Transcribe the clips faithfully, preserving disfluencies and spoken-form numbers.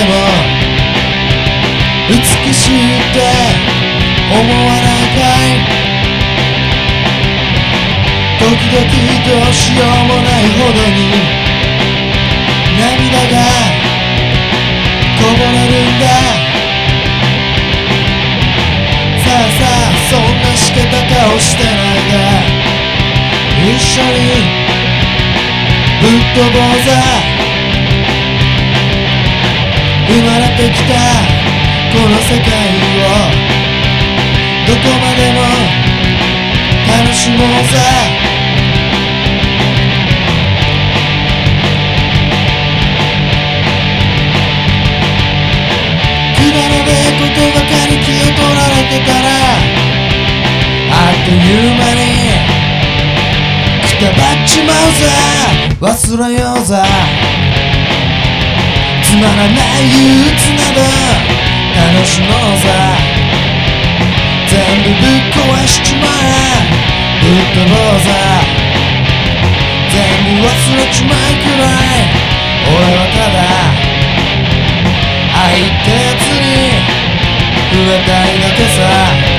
も美しいって思わないかい。時々どうしようもないほどに涙がこぼれるんだ。さあさあそんなしけた顔してないで一緒にぶっ飛ぼうぜ。生まれてきたこの世界をどこまでも楽しもうぜ。くだらねえことばかり気を取られてたらあっという間にくたばっちまうぜ。忘れようぜ。つまらない憂鬱など楽しもうぜ。全部ぶっ壊しちまえぶっ飛ぼうぜ。全部忘れちまえくらい俺はただ愛ってやつに触れたいだけさ。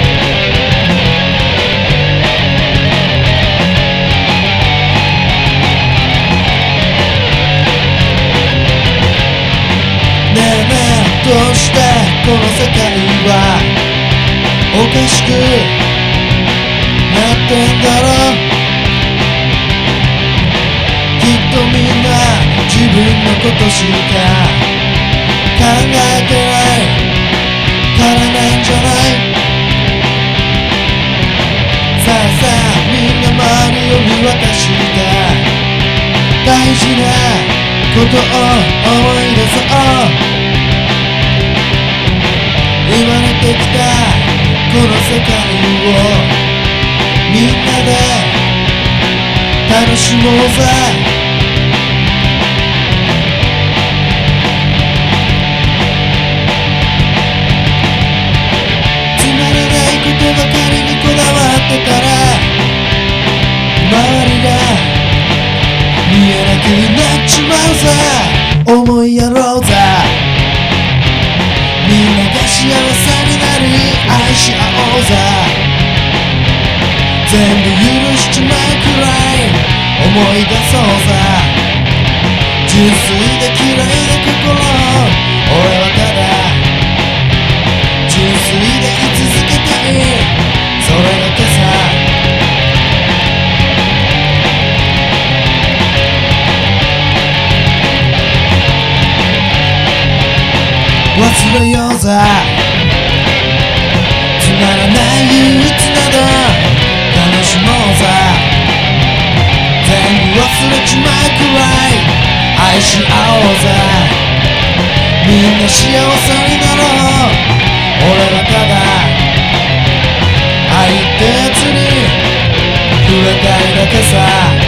どうしてこの世界はおかしくなってんだろう。きっとみんな自分のことしか考えてないからなんじゃない。さあさあみんな周りを見渡して大事なことを思い出そう。生まれてきたこの世界をみんなで楽しもうぜ。つまらないことばかりにこだわってたら周りが見えなくなっちまうぜ。思いやろうぜ。みんなが幸せになる愛し合おうぜ。全部許しちまうくらい思い出そうぜ。純粋で綺麗な心俺はただ純粋で居続けたいそれだけさ。忘れようぜ。つまらない憂鬱など楽しもうぜ。全部忘れちまうくらい愛し合おうぜ。みんな幸せになろう俺はただ愛ってやつに触れたいだけさ。